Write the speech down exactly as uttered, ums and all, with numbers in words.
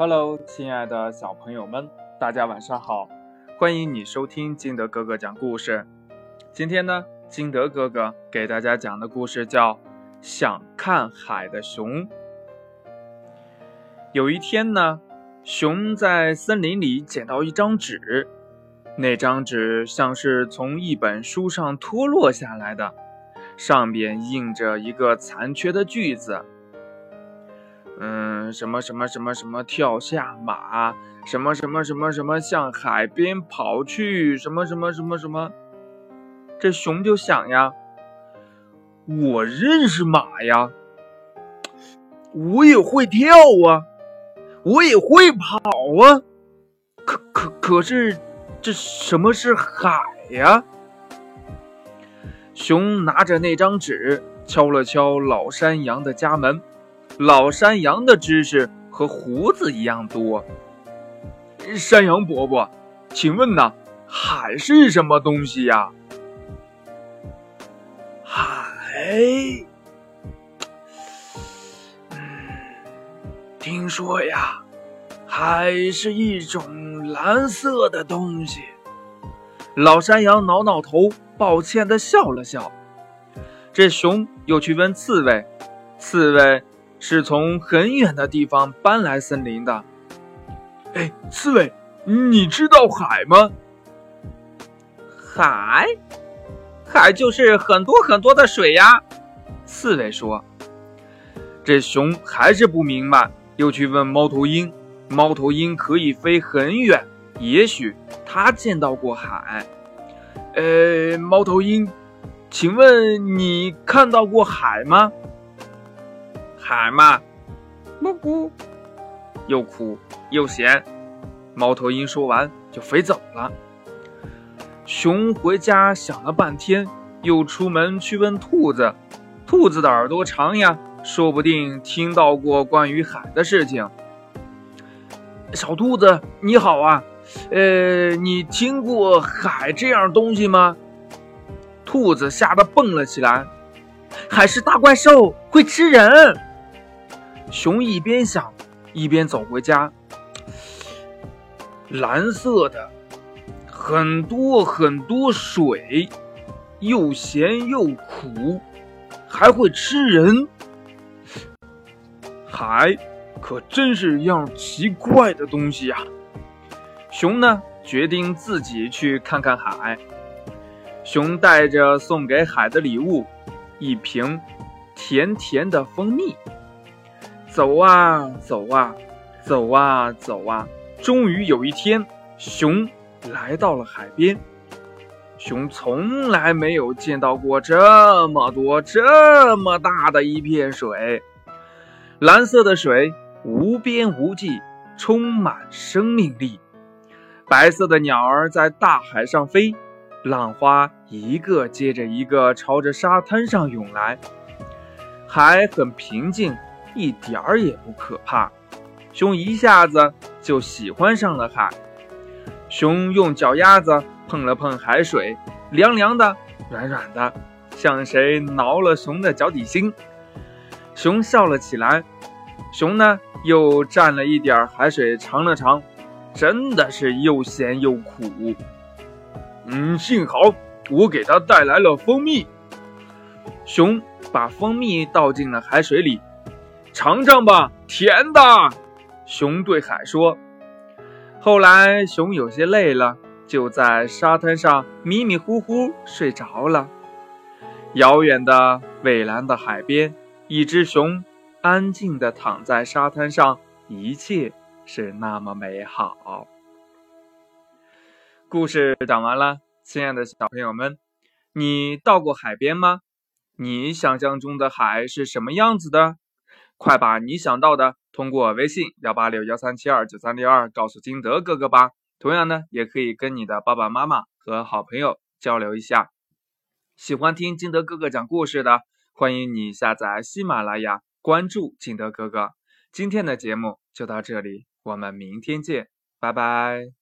Hello， 亲爱的小朋友们，大家晚上好！欢迎你收听金德哥哥讲故事。今天呢，金德哥哥给大家讲的故事叫《想看海的熊》。有一天呢，熊在森林里捡到一张纸，那张纸像是从一本书上脱落下来的，上边印着一个残缺的句子。嗯，什么什么什么什么跳下马，什么什么什么什么向海边跑去，什么什么什么什么。这熊就想呀，我认识马呀，我也会跳啊，我也会跑啊，可可可是这什么是海呀？熊拿着那张纸敲了敲老山羊的家门。老山羊的知识和胡子一样多。山羊伯伯，请问呢，海是什么东西呀？海，嗯，听说呀，海是一种蓝色的东西。老山羊挠挠头，抱歉地笑了笑。这熊又去问刺猬，刺猬是从很远的地方搬来森林的。哎，刺猬，你知道海吗？海？海就是很多很多的水呀，刺猬说。这熊还是不明白，又去问猫头鹰。猫头鹰可以飞很远，也许他见到过海。呃，猫头鹰，请问你看到过海吗？海嘛，咕咕，又苦又咸。猫头鹰说完就飞走了。熊回家想了半天，又出门去问兔子。兔子的耳朵长呀，说不定听到过关于海的事情。小兔子你好啊，呃，你听过海这样东西吗？兔子吓得蹦了起来，海是大怪兽，会吃人。熊一边想一边走回家。蓝色的，很多很多水，又咸又苦，还会吃人。海可真是样奇怪的东西呀。熊呢，决定自己去看看海。熊带着送给海的礼物，一瓶甜甜的蜂蜜。走啊走啊走啊走啊，终于有一天，熊来到了海边。熊从来没有见到过这么多这么大的一片水。蓝色的水无边无际，充满生命力。白色的鸟儿在大海上飞，浪花一个接着一个朝着沙滩上涌来。海很平静，一点儿也不可怕。熊一下子就喜欢上了海。熊用脚丫子碰了碰海水，凉凉的，软软的，像谁挠了熊的脚底心。熊笑了起来。熊呢，又蘸了一点海水尝了尝，真的是又咸又苦。嗯，幸好我给它带来了蜂蜜。熊把蜂蜜倒进了海水里，尝尝吧，甜的。熊对海说。后来熊有些累了，就在沙滩上迷迷糊糊睡着了。遥远的蔚蓝的海边，一只熊安静地躺在沙滩上，一切是那么美好。故事讲完了，亲爱的小朋友们，你到过海边吗？你想象中的海是什么样子的？快把你想到的通过微信幺八六幺三七二九三六二告诉金德哥哥吧。同样呢，也可以跟你的爸爸妈妈和好朋友交流一下。喜欢听金德哥哥讲故事的，欢迎你下载喜马拉雅，关注金德哥哥。今天的节目就到这里，我们明天见，拜拜。